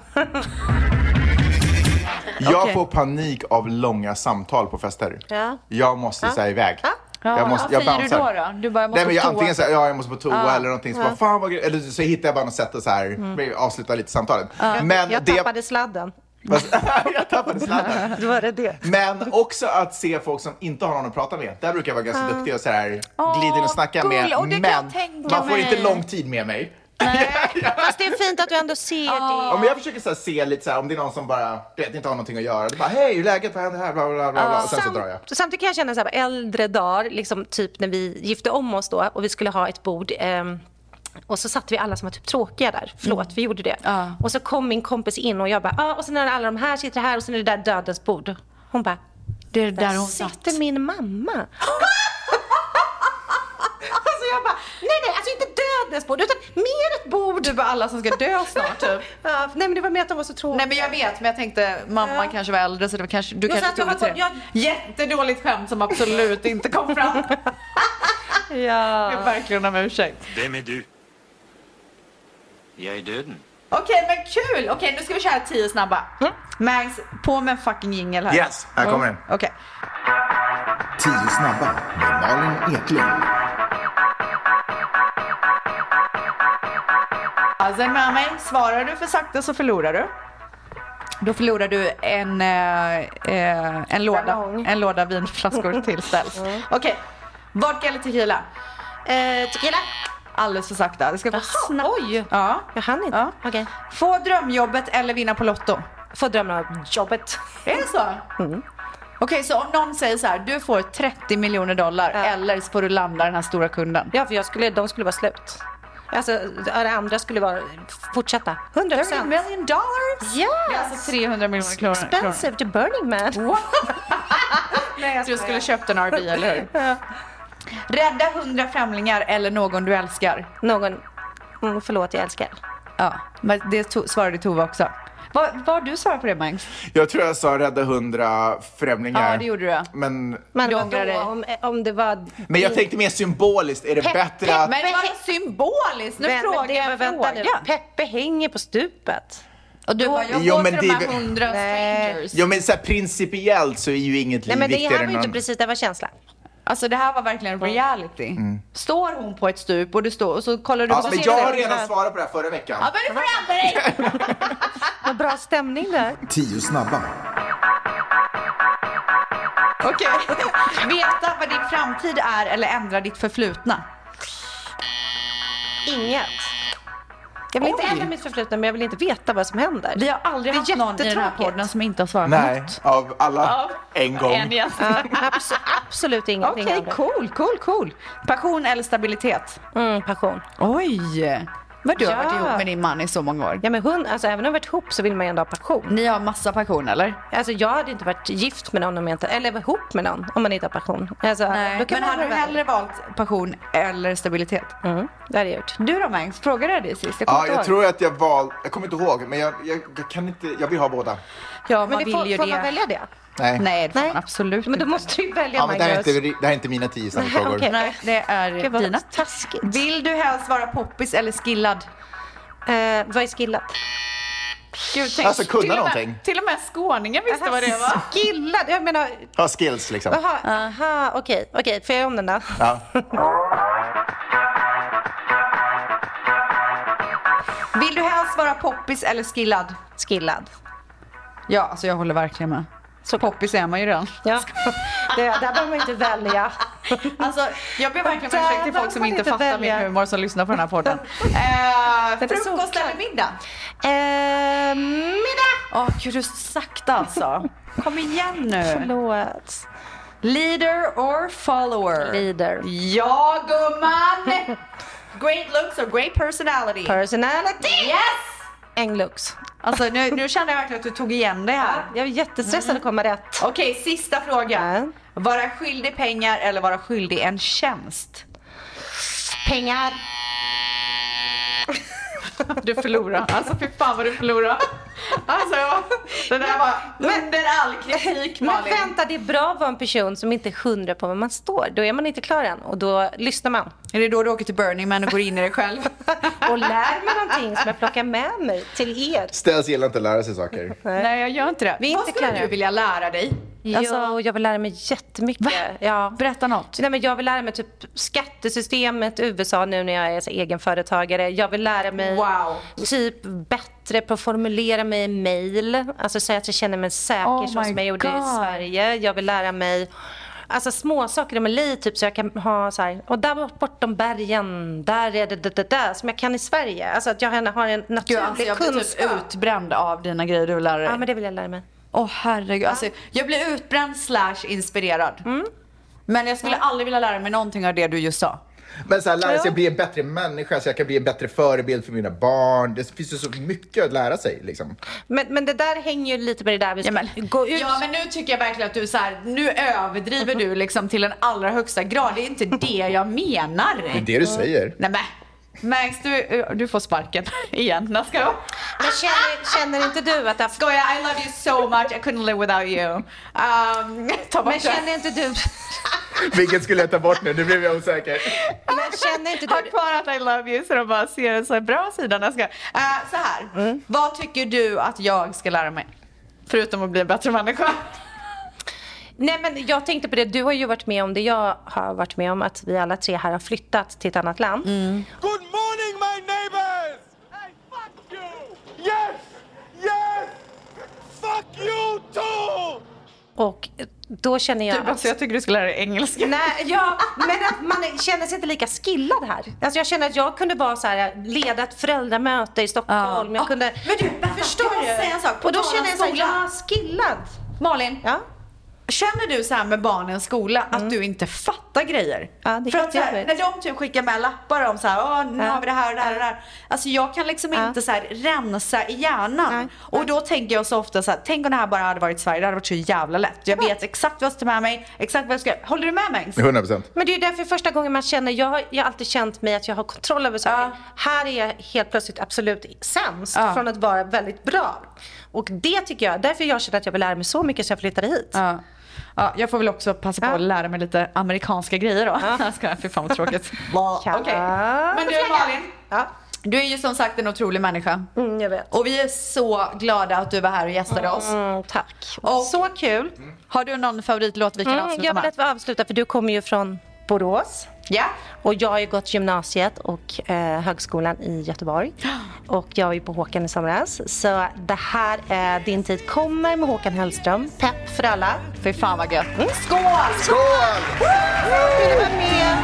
Jag får panik av långa samtal på fester. Ja. Jag måste säga iväg. Vad säger du då? Du bara, nej, men antingen säger jag måste på toa eller någonting, så bara, fan vad eller så hittar jag bara något sätt att så här avsluta lite samtalet. Men jag tappade sladden. Jag tappade sladden. Då var det. Men också att se folk som inte har någon att prata med. Där brukar jag vara ganska duktig och så här glida in och snacka med. Men man får inte lång tid med mig. Fast det är fint att du ändå ser det. Ja, men jag försöker så här, se lite så här, om det är någon som bara inte har någonting att göra. Det bara, hej, hur är läget? Vad händer här? Bla, bla, bla, bla. Och sen så drar jag. Samtidigt kan jag känna så här, äldre dagar, liksom typ när vi gifte om oss då och vi skulle ha ett bord. Och så satt vi alla som var typ tråkiga där. Förlåt, vi gjorde det. Och så kom min kompis in och jag bara, och sen är alla de här sitter här och sen är det där dödens bord. Hon bara, det är där hon sitter min mamma. Alltså jag bara, nej, alltså inte dödens bord utan mer ett bord. Du bara, alla som ska dö snart typ. Nej, men det var mer att de var så tråkiga. Nej, men jag vet, men jag tänkte mamma kanske var äldre, så det var kanske du kanske tog det till. Jättedåligt skämt som absolut inte kom fram. Ja. Jag är verkligen om ursäkt. Vem är du? Jag är döden. Okej, men kul! Okej, nu ska vi köra 10 snabba. Max, på med en fucking jingle här. Yes, här kommer den. Okej. 10 snabba med Malin Eklund. Alltså med mig, svarar du för sakta så förlorar du. Då förlorar du en låda vinflaskor till ställs. Okej, vodka eller tequila? Tequila. Alldeles för sakta, det ska vara snabbt. Oj, ja. Jag hann inte. Ja. Okay. Få drömjobbet eller vinna på Lotto? Få drömjobbet. Är det så? Okej, så om någon säger så här, du får $30 miljoner eller så får du landa den här stora kunden. Ja, för de skulle vara slut. Alltså, det andra skulle vara fortsätta. 100%. $30 million? Yes. Det är alltså 300 miljoner kronor. Expensive to Burning Man. Nej, jag tror jag skulle köpt en RV, eller hur? Ja. Rädda 100 främlingar eller någon du älskar? Någon, förlåt, jag älskar. Ja, men det svarade Tova också. Vad du svarade på det, Magnus? Jag tror jag sa rädda 100 främlingar. Ja, det gjorde du. Men då, om det var... Men jag tänkte mer symboliskt. Är det bättre att... Men vad symboliskt? Nu frågar jag en fråga. Peppe hänger på stupet. Och du bara, jag går för de här 100 strangers. Jo, men så här, principiellt så är ju inget liv viktigare än det här var ju inte precis, det var känsla. Alltså det här var verkligen reality. Står hon på ett stup och du står och så kollar du på men jag har redan svarat på det här förra veckan. Ja, men du får ändra dig. Vad bra stämning där. 10 snabba. Okej. Veta vad din framtid är eller ändra ditt förflutna? Inget. Jag vill inte ändra mitt förflutna, men jag vill inte veta vad som händer. Vi har aldrig haft någon i den här podden som inte har svarat. Nej, av alla en gång. Absolut ingenting. Okej, cool. Passion eller stabilitet? Passion. Oj! Men du har varit ihop med din man i så många år. Ja, men alltså, även om vi har varit ihop så vill man ju ändå ha passion. Ni har massa passion, eller? Alltså, jag hade inte varit gift med någon om jag inte... Eller ihop med någon om man inte har passion. Alltså, nej, men hade du hellre valt passion eller stabilitet? Det hade jag gjort. Du då, Magnus? Frågade jag dig sist? Jag tror att jag kommer inte ihåg, men jag kan inte... Jag vill ha båda. Ja, men får man välja det? Nej, det får man absolut. Men då måste du välja, men det här är inte mina 10 samma frågor. Okay. Nej, det är dina. Taskigt. Vill du helst vara poppis eller skillad? Vad är skillad? Gud, alltså kunna någonting. Till och med skåningen visste vad det var. Skillad, jag menar... Ha skills liksom. Aha, okej. Får jag om den då? Ja. Vill du helst vara poppis eller skillad? Skillad. Ja, alltså jag håller verkligen med. Så poppis är man ju redan. Ja, där behöver man inte välja. Alltså, jag ber verkligen ursäkt till folk som inte fattar min humor som lyssnar på den här podden. Frukost eller middag? Middag! Gud, du är så sakta alltså. Kom igen nu. Förlåt. Leader or follower? Leader. Ja, gumman! Great looks or great personality? Personality! Yes! Looks. Alltså nu kände jag verkligen att du tog igen det här. Jag är jättestressad att komma rätt. Okej, sista frågan. Vara skyldig pengar eller vara skyldig en tjänst? Pengar. Du förlorar. Alltså fy fan vad du förlorar. Alltså det där var under all kritik, Malin. Men vänta, det är bra att vara en person som inte är 100 på vad man står. Då är man inte klar än och då lyssnar man. Är det då du åker till Burning Man och går in i dig själv? Och lär mig någonting som jag plockar med mig till er. Ställs gillar inte att lära sig saker. Nej, jag gör inte det. Vi är vad inte skulle klara. Du vilja lära dig? Alltså, jag vill lära mig jättemycket. Ja. Berätta något. Nej, men jag vill lära mig typ skattesystemet i USA nu när jag är så egenföretagare. Jag vill lära mig typ bättre på att formulera mig i mail. Alltså säga att jag känner mig säker så som jag gjorde i Sverige. Jag vill lära mig alltså små saker i mitt liv typ så jag kan ha så här, och där bortom bergen där är det som jag kan i Sverige. Alltså att jag har en naturlig jag kunskap. blir typ utbränd av dina grejer du vill lära dig. Ja, men det vill jag lära mig. Herregud, alltså, jag blir utbränd / inspirerad. Men jag skulle aldrig vilja lära mig någonting av det du just sa. Men så här, lära sig att bli en bättre människa så jag kan bli en bättre förebild för mina barn. Det finns ju så mycket att lära sig liksom. Men det där hänger ju lite med det där vi ska gå ut. Ja, men nu tycker jag verkligen att du så här, nu överdriver du liksom till en allra högsta grad. Det är inte det jag menar. Det är det du säger. Nej men Max, du får sparken igen. Men känner inte du att skoja, I love you so much, I couldn't live without you. Men känner inte du vilket skulle jag ta bort nu? Nu blev jag osäker. Men känner inte du har kvar att I love you så de bara ser en så bra sida när jag ska. Så här. Vad tycker du att jag ska lära mig? Förutom att bli en bättre människa. Nej, men jag tänkte på det. Du har ju varit med om det jag har varit med om. Att vi alla tre här har flyttat till ett annat land. Good morning, my neighbors! Hey, fuck you! Yes! Yes! Fuck you too! Och då känner jag... Alltså, jag tycker du ska lära dig engelska. Nej, men att man känner sig inte lika skillad här. Alltså jag känner att jag kunde vara så här, leda ett föräldramöte i Stockholm. Jag kunde... Men du, förstår du? Säga en sak. Och då känner jag så här, jag är skillad. Malin, känner du så här med barnens skola att du inte fattar grejer? Ja, det för kan att så här, när de typ skickar med lappar om så här, nu har vi det här och det här och det här. Alltså jag kan liksom inte så här rensa i hjärnan. Och då tänker jag så ofta så här, tänk om det här bara hade varit i Sverige, det hade varit så jävla lätt. Jag vet exakt vad jag ska ta med mig, exakt vad jag ska. Håller du med mig? 100%. Men det är därför första gången man känner, jag har alltid känt mig att jag har kontroll över saker. Här är jag helt plötsligt absolut sämst från att vara väldigt bra. Och det tycker jag, därför jag känner att jag vill lära mig så mycket så jag flyttade hit. Ja, jag får väl också passa på att lära mig lite amerikanska grejer då. Fy fan vad tråkigt. Okej. Men du Malin, du är ju som sagt en otrolig människa. Jag vet. Och vi är så glada att du var här och gästade oss. Tack. Och så kul. Har du någon favoritlåt vi kan avsluta jag vill med? att vi avslutar för du kommer ju från Borås. Ja. Och jag har ju gått gymnasiet och högskolan i Göteborg. Och jag är ju på Håkan i somras. Så det här är Din tid kommer med Håkan Hellström. Pepp för alla. Fy fan vad gött. Skål! Skål! Vill du vara med?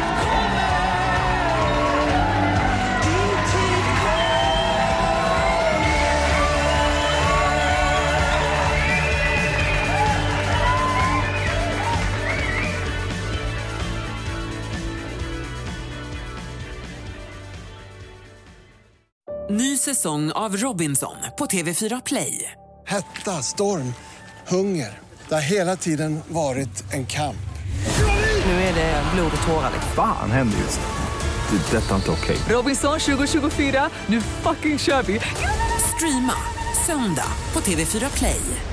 Ny säsong av Robinson på TV4 Play. Hetta, storm, hunger. Det har hela tiden varit en kamp. Nu är det blod och tårar. Fan händer just det. Det är detta inte okej. Robinson 2024, nu fucking kör vi. Streama söndag på TV4 Play.